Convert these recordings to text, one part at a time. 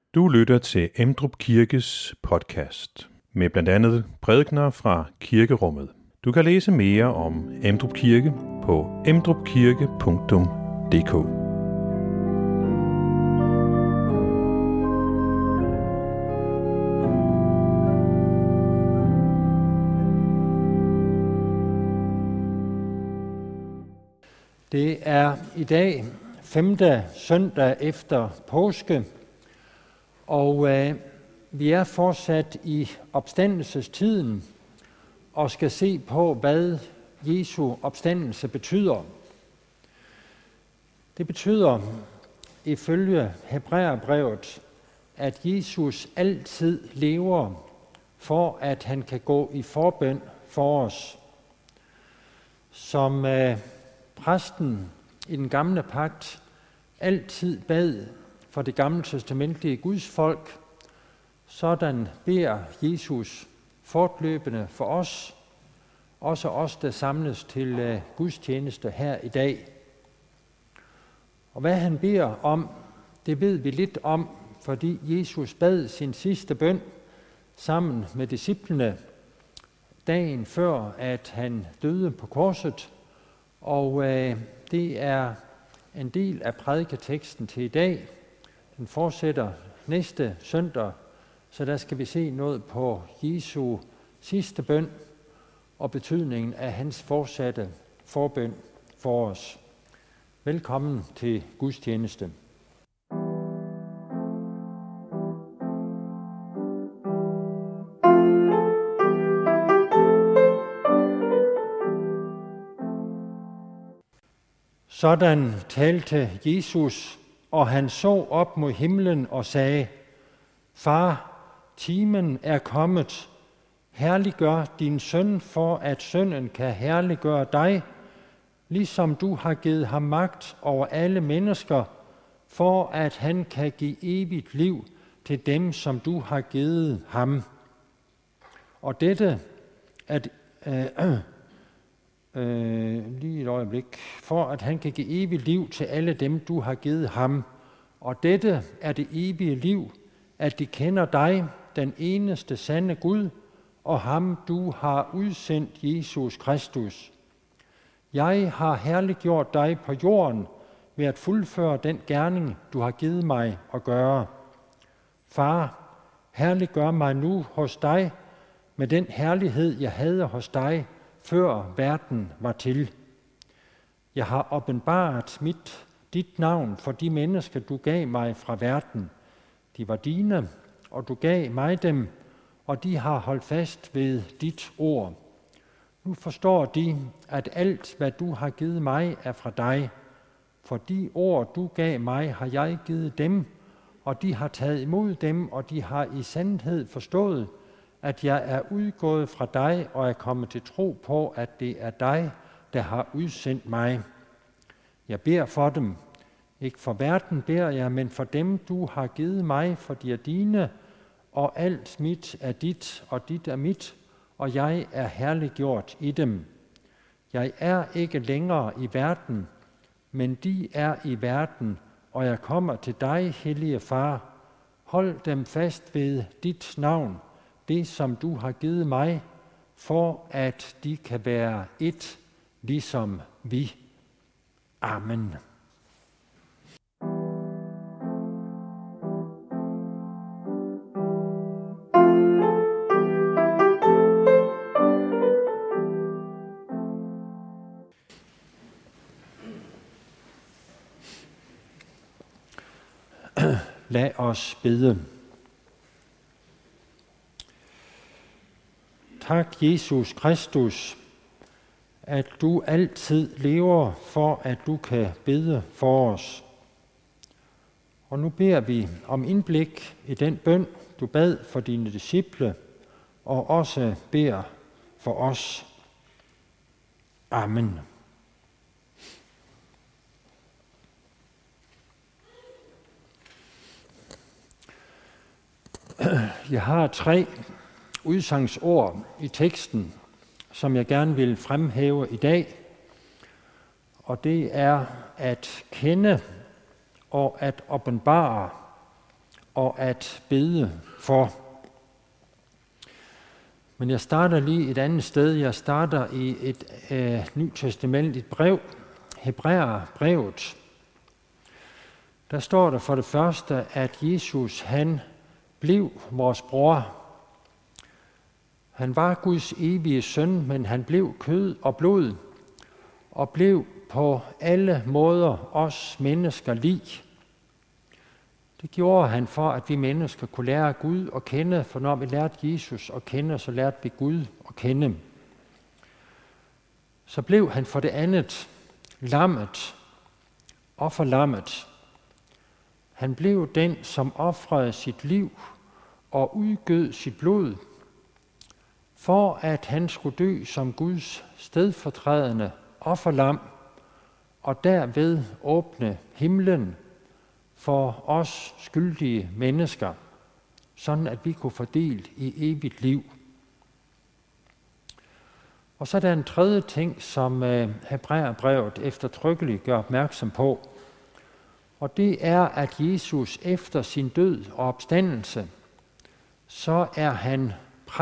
Du lytter til Emdrup Kirkes podcast med blandt andet prædikener fra kirkerummet. Du kan læse mere om Emdrup Kirke på emdrupkirke.dk. Det er i dag 5. søndag efter påske, og vi er fortsat i opstandelsestiden og skal se på, hvad Jesu opstandelse betyder. Det betyder ifølge Hebræerbrevet, at Jesus altid lever, for at han kan gå i forbøn for os. Som præsten i den gamle pagt altid bad for det gamle testamentlige Guds folk, sådan beder Jesus fortløbende for os, også os, der samles til gudstjeneste her i dag. Og hvad han beder om, det ved vi lidt om, fordi Jesus bad sin sidste bøn sammen med disciplene dagen før, at han døde på korset. Og det er en del af prædiketeksten til i dag. Den fortsætter næste søndag, så der skal vi se noget på Jesu sidste bøn og betydningen af hans fortsatte forbøn for os. Velkommen til gudstjeneste. Sådan talte Jesus, og han så op mod himlen og sagde: Far, timen er kommet. Herliggør din søn, for at sønnen kan herliggøre dig, ligesom du har givet ham magt over alle mennesker, for at han kan give evigt liv til dem, som du har givet ham. Og dette at lige et øjeblik, for at han kan give evigt liv til alle dem, du har givet ham. Og dette er det evige liv, at de kender dig, den eneste sande Gud, og ham, du har udsendt, Jesus Kristus. Jeg har herliggjort dig på jorden ved at fuldføre den gerning, du har givet mig at gøre. Far, herliggør mig nu hos dig med den herlighed, jeg havde hos dig, før verden var til. Jeg har åbenbaret dit navn for de mennesker, du gav mig fra verden. De var dine, og du gav mig dem, og de har holdt fast ved dit ord. Nu forstår de, at alt, hvad du har givet mig, er fra dig. For de ord, du gav mig, har jeg givet dem, og de har taget imod dem, og de har i sandhed forstået, at jeg er udgået fra dig og er kommet til tro på, at det er dig, der har udsendt mig. Jeg beder for dem. Ikke for verden beder jeg, men for dem, du har givet mig, for de er dine, og alt mit er dit, og dit er mit, og jeg er herliggjort i dem. Jeg er ikke længere i verden, men de er i verden, og jeg kommer til dig, hellige far. Hold dem fast ved dit navn, det som du har givet mig, for at de kan være et, ligesom vi. Amen. Lad os bede. Tak, Jesus Kristus, at du altid lever, for at du kan bede for os. Og nu beder vi om indblik i den bøn, du bad for dine disciple, og også beder for os. Amen. Jeg har 3 udsangsord i teksten, som jeg gerne vil fremhæve i dag. Og det er at kende og at åbenbare og at bede for. Men jeg starter lige et andet sted. Jeg starter i et nytestamentligt brev, Hebræerbrevet. Der står der for det første, at Jesus han blev vores bror. Han var Guds evige søn, men han blev kød og blod, og blev på alle måder os mennesker lig. Det gjorde han for, at vi mennesker kunne lære Gud at kende, for når vi lærte Jesus at kende, så lærte vi Gud at kende. Så blev han for det andet lammet, offerlammet. Han blev den, som ofrede sit liv og udgød sit blod, for at han skulle dø som Guds stedfortrædende offerlam, og derved åbne himlen for os skyldige mennesker, sådan at vi kunne få del i evigt liv. Og så er der en tredje ting, som Hebræerbrevet eftertrykkeligt gør opmærksom på, og det er, at Jesus efter sin død og opstandelse, så er han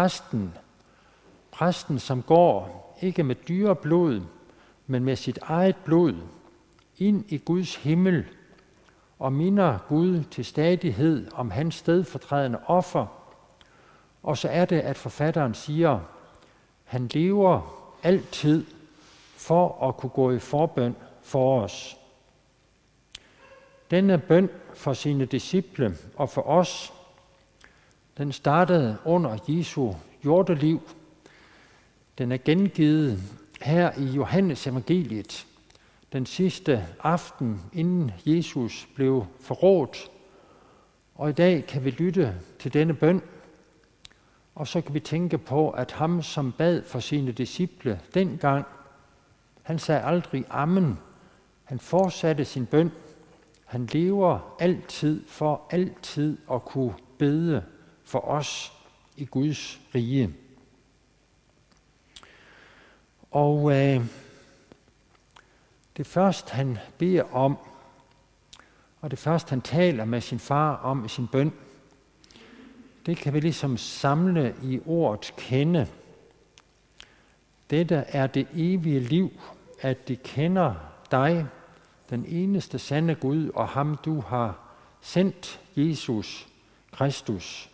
præsten, som går ikke med dyreblod, men med sit eget blod ind i Guds himmel og minder Gud til stadighed om hans stedfortrædende offer. Og så er det, at forfatteren siger, han lever altid for at kunne gå i forbøn for os. Denne bøn for sine disciple og for os, den startede under Jesu jordeliv. Den er gengivet her i Johannes evangeliet, den sidste aften, inden Jesus blev forrådt. Og i dag kan vi lytte til denne bøn, og så kan vi tænke på, at ham, som bad for sine disciple dengang, han sagde aldrig amen. Han fortsatte sin bøn. Han lever altid for altid at kunne bede for os i Guds rige. Og det første, han beder om, og det første, han taler med sin far om i sin bøn, det kan vi ligesom samle i ordet kende. Dette er det evige liv, at de kender dig, den eneste sande Gud, og ham du har sendt, Jesus Kristus.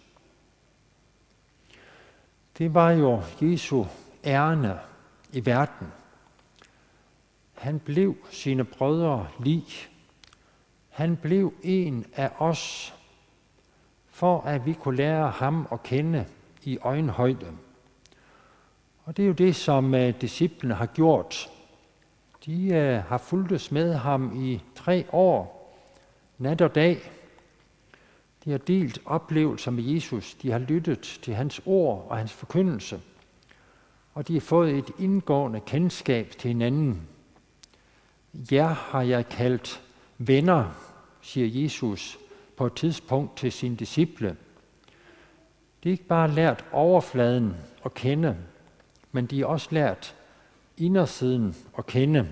Det var jo Jesu ærinde i verden. Han blev sine brødre lig. Han blev en af os, for at vi kunne lære ham at kende i øjenhøjde. Og det er jo det, som disciplene har gjort. De har fulgtes med ham i 3 år, nat og dag. De har delt oplevelser med Jesus. De har lyttet til hans ord og hans forkyndelse. Og de har fået et indgående kendskab til hinanden. Jer har jeg kaldt venner, siger Jesus på et tidspunkt til sine disciple. De er ikke bare lært overfladen at kende, men de har også lært indersiden at kende.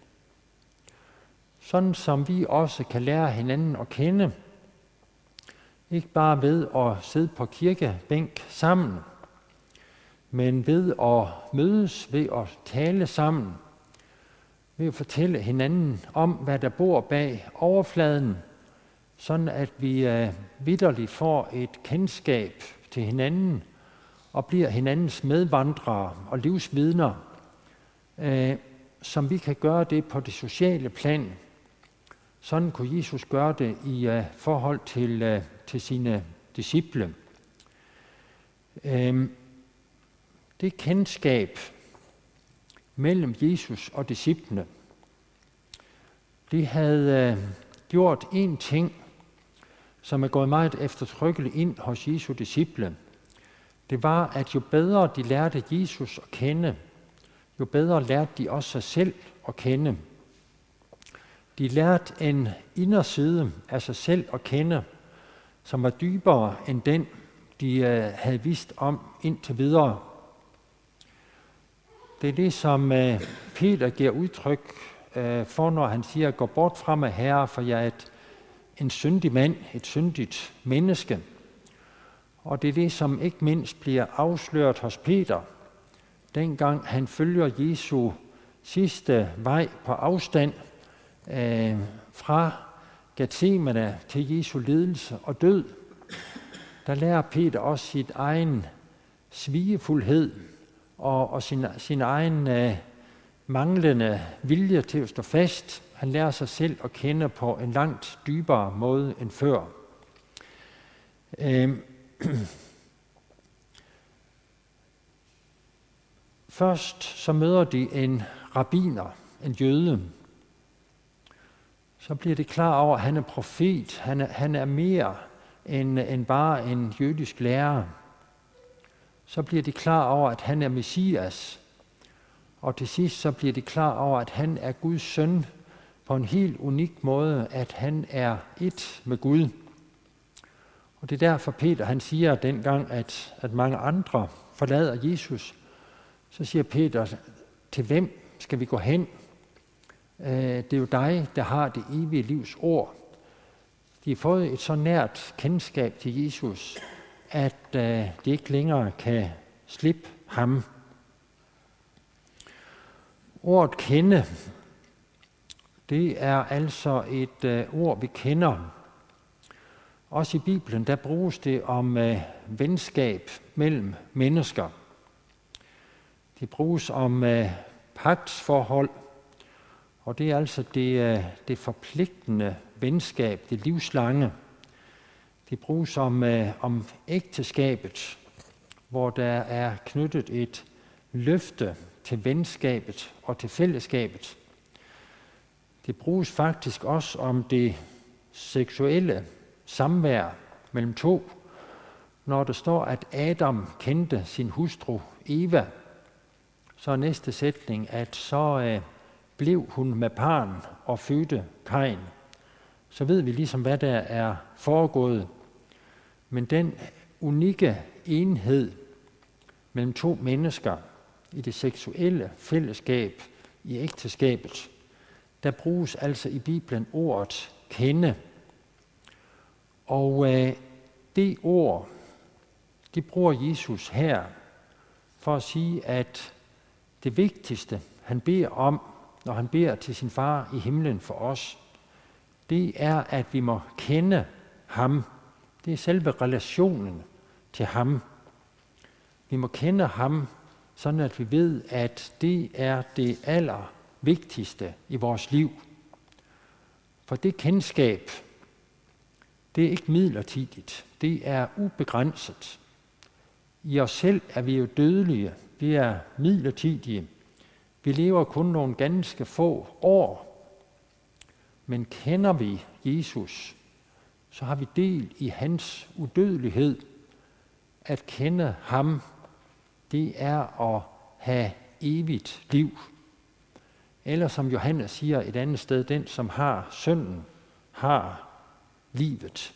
Sådan som vi også kan lære hinanden at kende, ikke bare ved at sidde på kirkebænk sammen, men ved at mødes, ved at tale sammen, ved at fortælle hinanden om, hvad der bor bag overfladen, sådan at vi vitterligt får et kendskab til hinanden og bliver hinandens medvandrere og livsvidner, som vi kan gøre det på det sociale plan. Sådan kunne Jesus gøre det i forhold til sine disciple. Det kendskab mellem Jesus og disciplene, det havde gjort en ting, som er gået meget eftertrykkeligt ind hos Jesu disciple. Det var, at jo bedre de lærte Jesus at kende, jo bedre lærte de også sig selv at kende. De lærte en inderside af sig selv at kende, som var dybere end den, de havde vidst om indtil videre. Det er det, som Peter giver udtryk for, når han siger, gå bort fra mig, Herre, for jeg er et en syndig mand, et syndigt menneske. Og det er det, som ikke mindst bliver afsløret hos Peter, dengang han følger Jesu sidste vej på afstand fra Getsemane til Jesu lidelse og død. Der lærer Peter også sit egen svigefuldhed og sin egen manglende vilje til at stå fast. Han lærer sig selv at kende på en langt dybere måde end før. Først så møder de en rabbiner, en jøde. Så bliver det klar over, at han er profet. Han er mere end bare en jødisk lærer. Så bliver de klar over, at han er Messias. Og til sidst så bliver de klar over, at han er Guds søn på en helt unik måde, at han er ét med Gud. Og det er derfor Peter, han siger dengang, at mange andre forlader Jesus. Så siger Peter, til hvem skal vi gå hen? Det er jo dig, der har det evige livs ord. De har fået et så nært kendskab til Jesus, at de ikke længere kan slippe ham. Ordet kende, det er altså et ord, vi kender. Også i Bibelen, der bruges det om venskab mellem mennesker. Det bruges om pagtsforhold, og det er altså det forpligtende venskab, det livslange. Det bruges om ægteskabet, hvor der er knyttet et løfte til venskabet og til fællesskabet. Det bruges faktisk også om det seksuelle samvær mellem to, når der står, at Adam kendte sin hustru Eva. Så er næste sætning, at så blev hun med barn og fødte Kain. Så ved vi ligesom, hvad der er foregået. Men den unikke enhed mellem to mennesker i det seksuelle fællesskab, i ægteskabet, der bruges altså i Bibelen ordet kende. Og det ord, det bruger Jesus her for at sige, at det vigtigste, han beder om, når han beder til sin far i himlen for os, det er, at vi må kende ham. Det er selve relationen til ham. Vi må kende ham, sådan at vi ved, at det er det allervigtigste i vores liv. For det kendskab, det er ikke midlertidigt. Det er ubegrænset. I os selv er vi jo dødelige. Vi er midlertidige. Vi lever kun nogle ganske få år. Men kender vi Jesus, så har vi del i hans udødelighed. At kende ham, det er at have evigt liv. Eller som Johannes siger et andet sted, den som har synden, har livet.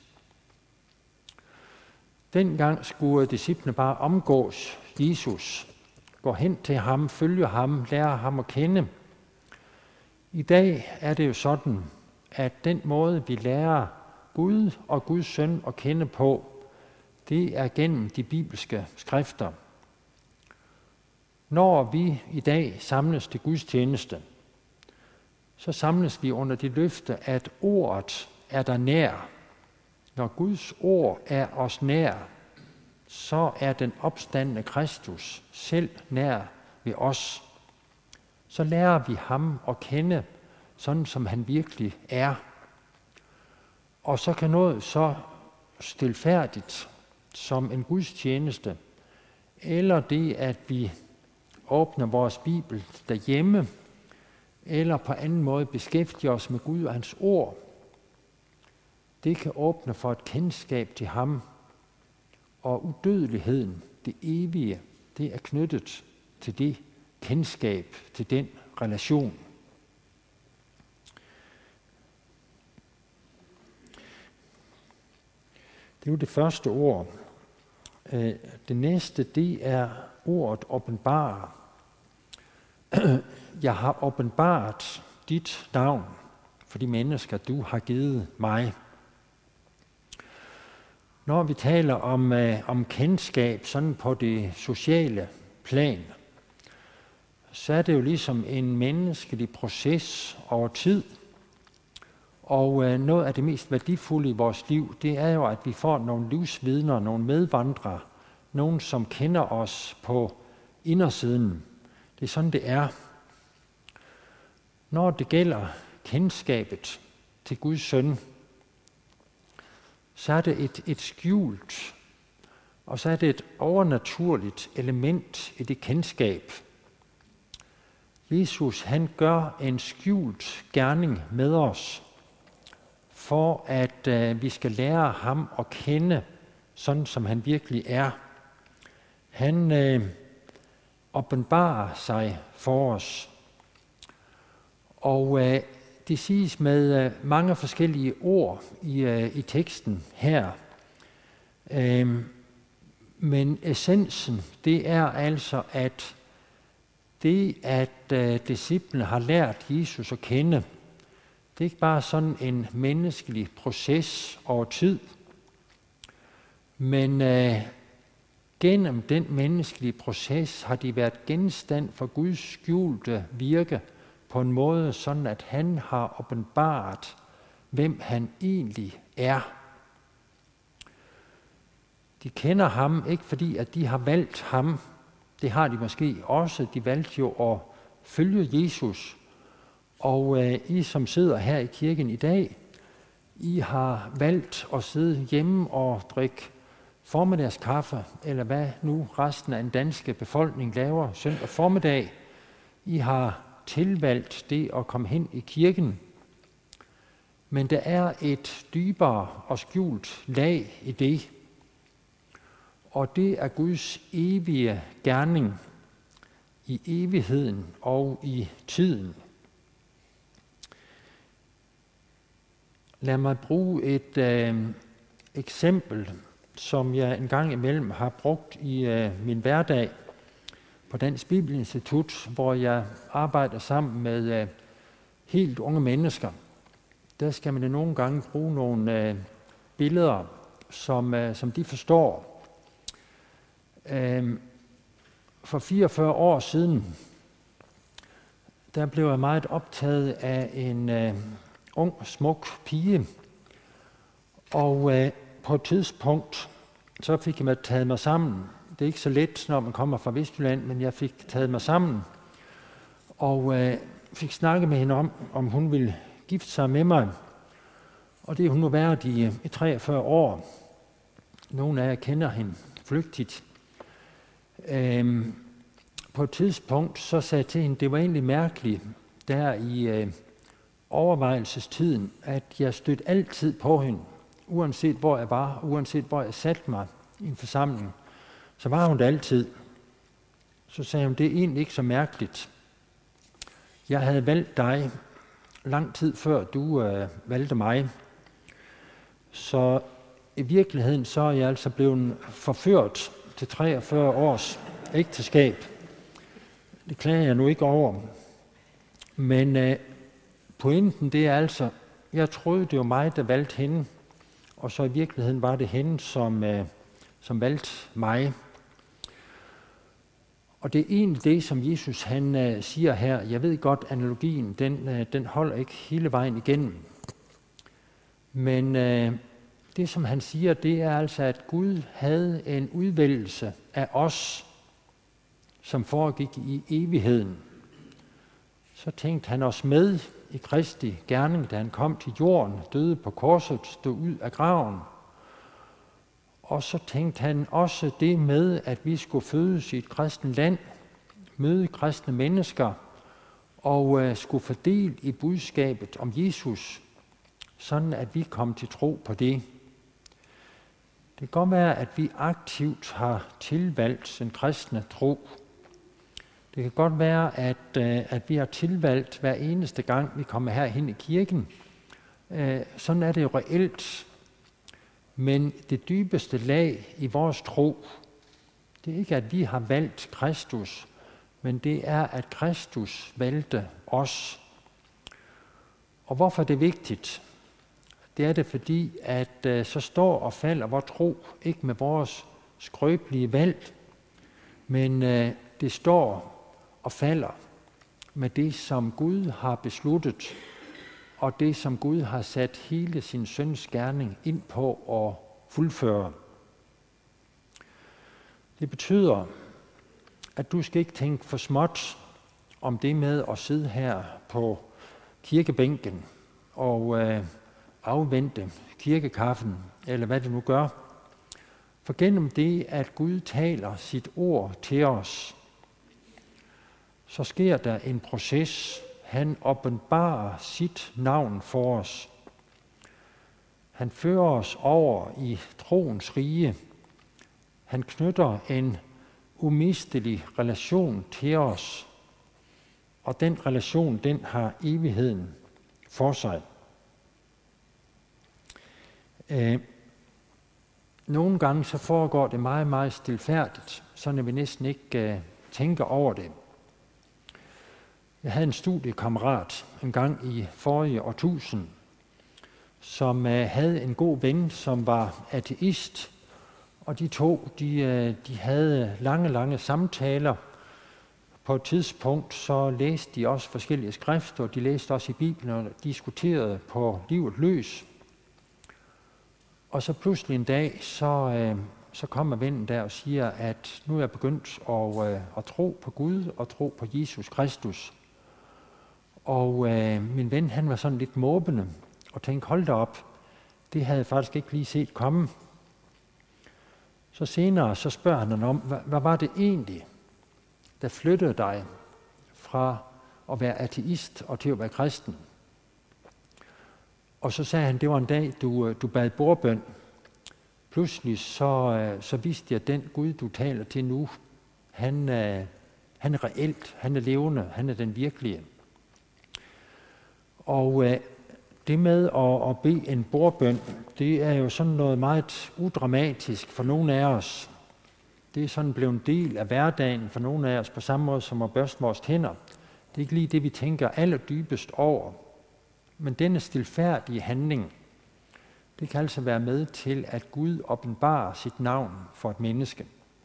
Dengang skulle disciplene bare omgås Jesus, gå hen til ham, følge ham, lære ham at kende. I dag er det jo sådan, at den måde, vi lærer Gud og Guds søn at kende på, det er gennem de bibelske skrifter. Når vi i dag samles til Guds tjeneste, så samles vi under det løfte, at ordet er der nær. Når Guds ord er os nær, så er den opstandne Kristus selv nær ved os. Så lærer vi ham at kende, sådan som han virkelig er. Og så kan noget så stilfærdigt som en gudstjeneste, eller det, at vi åbner vores Bibel derhjemme, eller på anden måde beskæftiger os med Gud og hans ord, det kan åbne for et kendskab til ham. Og udødeligheden, det evige, det er knyttet til det kendskab, til den relation. Det er jo det første ord. Det næste, det er ordet åbenbare. Jeg har åbenbaret dit navn for de mennesker, du har givet mig. Når vi taler om kendskab sådan på det sociale plan, så er det jo ligesom en menneskelig proces over tid. Og noget af det mest værdifulde i vores liv, det er jo, at vi får nogle livsvidner, nogle medvandrere, nogen som kender os på indersiden. Det er sådan, det er. Når det gælder kendskabet til Guds søn, så er det et skjult, og så er det et overnaturligt element i det kendskab. Jesus, han gør en skjult gerning med os, for at vi skal lære ham at kende, sådan som han virkelig er. Han åbenbarer sig for os. Og det siges med mange forskellige ord i teksten her. Men essensen, det er altså, at det, at disciplene har lært Jesus at kende, det er ikke bare sådan en menneskelig proces over tid, men gennem den menneskelige proces har de været genstand for Guds skjulte virke på en måde, sådan at han har åbenbaret, hvem han egentlig er. De kender ham ikke fordi, at de har valgt ham. Det har de måske også. De valgte jo at følge Jesus. Og I, som sidder her i kirken i dag, I har valgt at sidde hjemme og drikke formiddagskaffe, eller hvad nu resten af den danske befolkning laver søndag formiddag. I har tilvalgt det at komme hen i kirken. Men der er et dybere og skjult lag i det. Og det er Guds evige gerning i evigheden og i tiden. Lad mig bruge et eksempel, som jeg en gang imellem har brugt i min hverdag på Dansk Bibelinstitut, hvor jeg arbejder sammen med helt unge mennesker. Der skal man nogle gange bruge nogle billeder, som de forstår. For 44 år siden, der blev jeg meget optaget af en ung, smuk pige. Og på et tidspunkt, så fik jeg taget mig sammen. Det er ikke så let, når man kommer fra Vestjylland, men jeg fik taget mig sammen. Og fik snakket med hende om hun ville gifte sig med mig. Og det har hun nu været i 43 år. Nogle af jer kender hende flygtigt. På et tidspunkt så sagde jeg til hende, det var egentlig mærkeligt, der i overvejelsestiden, at jeg stødte altid på hende, uanset hvor jeg var, uanset hvor jeg satte mig i en forsamling, så var hun der altid. Så sagde hun, det er egentlig ikke så mærkeligt. Jeg havde valgt dig lang tid før du valgte mig, så i virkeligheden så er jeg altså blevet forført til 43 års ægteskab. Det klager jeg nu ikke over. Men pointen det er altså, jeg troede det var mig, der valgte hende, og så i virkeligheden var det hende, som valgte mig. Og det er egentlig det, som Jesus han siger her. Jeg ved godt, analogien, den holder ikke hele vejen igennem. Men det, som han siger, det er altså, at Gud havde en udvælgelse af os, som foregik i evigheden. Så tænkte han os med i Kristi gerning, da han kom til jorden, døde på korset, stod ud af graven. Og så tænkte han også det med, at vi skulle fødes i et kristent land, møde kristne mennesker og skulle fordele i budskabet om Jesus, sådan at vi kom til tro på det. Det kan godt være, at vi aktivt har tilvalgt den kristne tro. Det kan godt være, at vi har tilvalgt hver eneste gang, vi kommer herhen i kirken. Sådan er det jo reelt. Men det dybeste lag i vores tro, det er ikke, at vi har valgt Kristus, men det er, at Kristus valgte os. Og hvorfor er det vigtigt? Det er det, fordi at så står og falder vor tro, ikke med vores skrøbelige valg, men det står og falder med det, som Gud har besluttet, og det, som Gud har sat hele sin søns gerning ind på at fuldføre. Det betyder, at du skal ikke tænke for småt om det med at sidde her på kirkebænken og afvente kirkekaffen, eller hvad det nu gør. For gennem det, at Gud taler sit ord til os, så sker der en proces. Han åbenbarer sit navn for os. Han fører os over i troens rige. Han knytter en umistelig relation til os, og den relation, den har evigheden for sig. Nogle gange så foregår det meget, meget stilfærdigt, så vi næsten ikke tænker over det. Jeg havde en studiekammerat en gang i forrige årtusind, som havde en god ven, som var ateist, og de to, de havde lange samtaler. På et tidspunkt så læste de også forskellige skrifter, og de læste også i Bibelen og diskuterede på livet løs. Og så pludselig en dag, så kommer vennen der og siger, at nu er jeg begyndt at tro på Gud og tro på Jesus Kristus. Og min ven, han var sådan lidt måbende og tænkte, hold da op, det havde jeg faktisk ikke lige set komme. Så senere så spørger han om, hvad var det egentlig, der flyttede dig fra at være ateist og til at være kristen? Og så sagde han, det var en dag, du bad bordbøn. Pludselig så vidste jeg, at den Gud, du taler til nu, han er reelt, han er levende, han er den virkelige. Og det med at bede en bordbøn, det er jo sådan noget meget udramatisk for nogle af os. Det er sådan blevet en del af hverdagen for nogle af os, på samme måde som at børste vores tænder. Det er ikke lige det, vi tænker allerdybest over. Men denne stilfærdige handling, det kan altså være med til, at Gud åbenbarer sit navn for et menneske.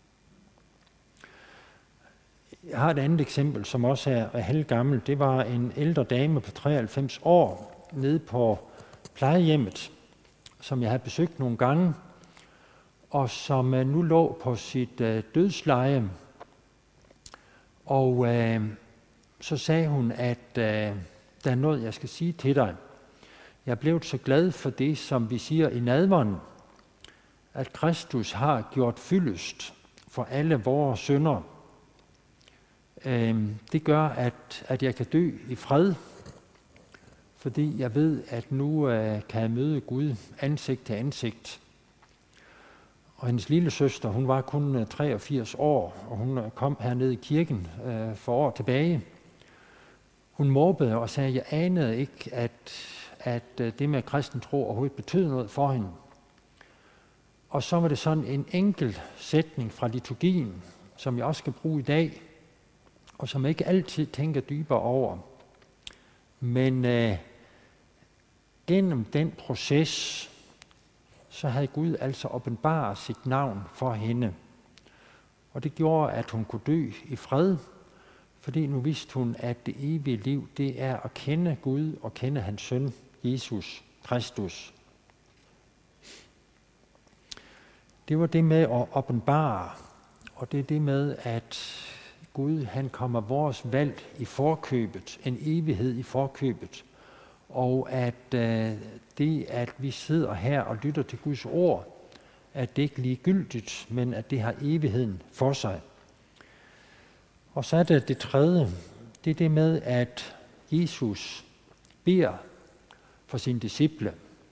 Jeg har et andet eksempel, som også er halvgammel. Det var en ældre dame på 93 år nede på plejehjemmet, som jeg havde besøgt nogle gange, og som nu lå på sit dødsleje. Og så sagde hun, at der er noget, jeg skal sige til dig. Jeg er blevet så glad for det, som vi siger i nadveren, at Kristus har gjort fyldest for alle vores synder. Det gør, at jeg kan dø i fred, fordi jeg ved, at nu kan jeg møde Gud ansigt til ansigt. Og hendes lille søster, hun var kun 83 år, og hun kom hernede i kirken for år tilbage. Hun måbede og sagde, at jeg anede ikke, at det med kristen tro overhovedet betød noget for hende. Og så var det sådan en enkelt sætning fra liturgien, som jeg også skal bruge i dag, og som jeg ikke altid tænker dybere over. Men gennem den proces, så havde Gud altså åbenbaret sit navn for hende. Og det gjorde, at hun kunne dø i fred, fordi nu vidste hun, at det evige liv, det er at kende Gud og kende hans søn, Jesus Kristus. Det var det med at åbenbare, og det er det med, at Gud, han kommer vores valg i forkøbet, en evighed i forkøbet, og at det, at vi sidder her og lytter til Guds ord, at det ikke er ligegyldigt, men at det har evigheden for sig. Og så er det tredje, det er det med, at Jesus beder for sine disciple.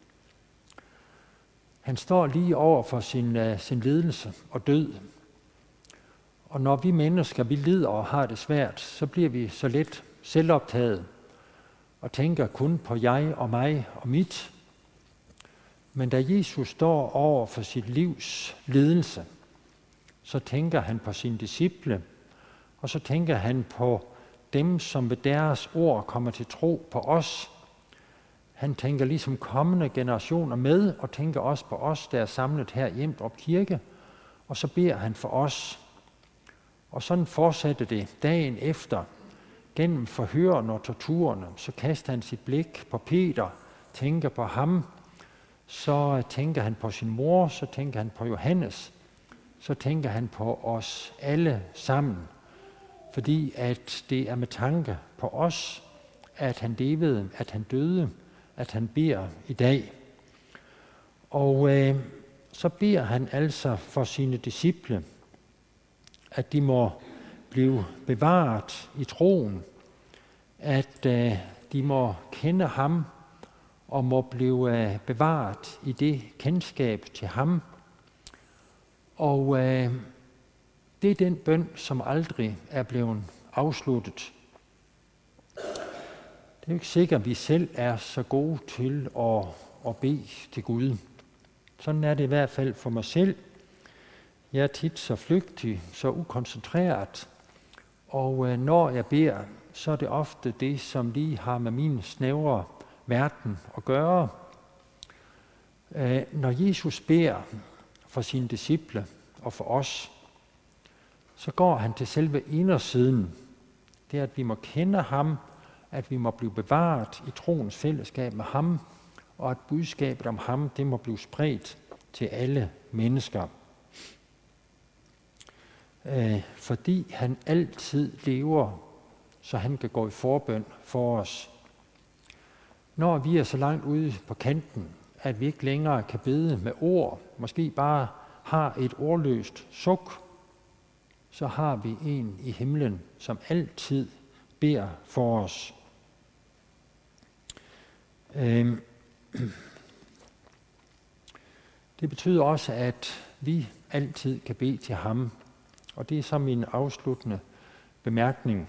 Han står lige over for sin lidelse og død. Og når vi mennesker, vi lider og har det svært, så bliver vi så let selvoptaget og tænker kun på jeg og mig og mit. Men da Jesus står over for sit livs lidelse, så tænker han på sine disciple, og så tænker han på dem, som ved deres ord kommer til tro på os. Han tænker ligesom kommende generationer med, og tænker også på os, der er samlet her i Emdrup Kirke, og så beder han for os. Og sådan fortsatte det dagen efter. Gennem forhørene og torturerne, så kaster han sit blik på Peter, tænker på ham, så tænker han på sin mor, så tænker han på Johannes, så tænker han på os alle sammen, fordi at det er med tanke på os, at han levede, at han døde, at han beder i dag. Og så beder han altså for sine disciple, at de må blive bevaret i troen, at de må kende ham og må blive bevaret i det kendskab til ham. Og det er den bøn, som aldrig er blevet afsluttet. Det er jo ikke sikkert, at vi selv er så gode til at bede til Gud. Sådan er det i hvert fald for mig selv. Jeg er tit så flygtig, så ukoncentreret, og når jeg beder, så er det ofte det, som lige har med min snævre verden at gøre. Når Jesus beder for sine disciple og for os, så går han til selve indersiden. Det er, at vi må kende ham, at vi må blive bevaret i troens fællesskab med ham, og at budskabet om ham, det må blive spredt til alle mennesker. Fordi han altid lever, så han kan gå i forbøn for os. Når vi er så langt ude på kanten, at vi ikke længere kan bede med ord, måske bare har et ordløst suk, så har vi en i himlen, som altid beder for os. Det betyder også, at vi altid kan bede til ham, og det er så min afsluttende bemærkning.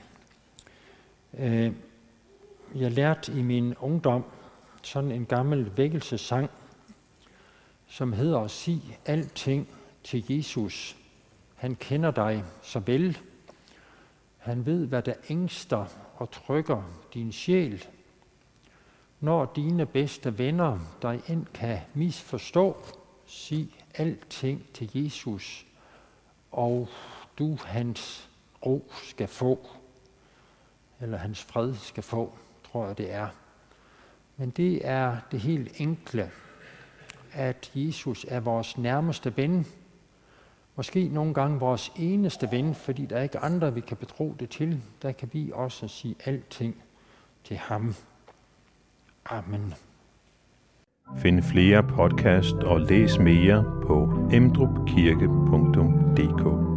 Jeg lærte i min ungdom sådan en gammel vækkelsessang, som hedder "Sig alting til Jesus. Han kender dig så vel. Han ved, hvad der ængster og trykker din sjæl. Når dine bedste venner dig end kan misforstå, sig alting til Jesus, og du hans ro skal få." Eller hans fred skal få, tror jeg det er. Men det er det helt enkle, at Jesus er vores nærmeste ven. Måske nogle gange vores eneste ven, fordi der er ikke andre, vi kan betro det til. Der kan vi også sige alting til ham. Amen. Find flere podcast og læs mere på emdrupkirke.dk.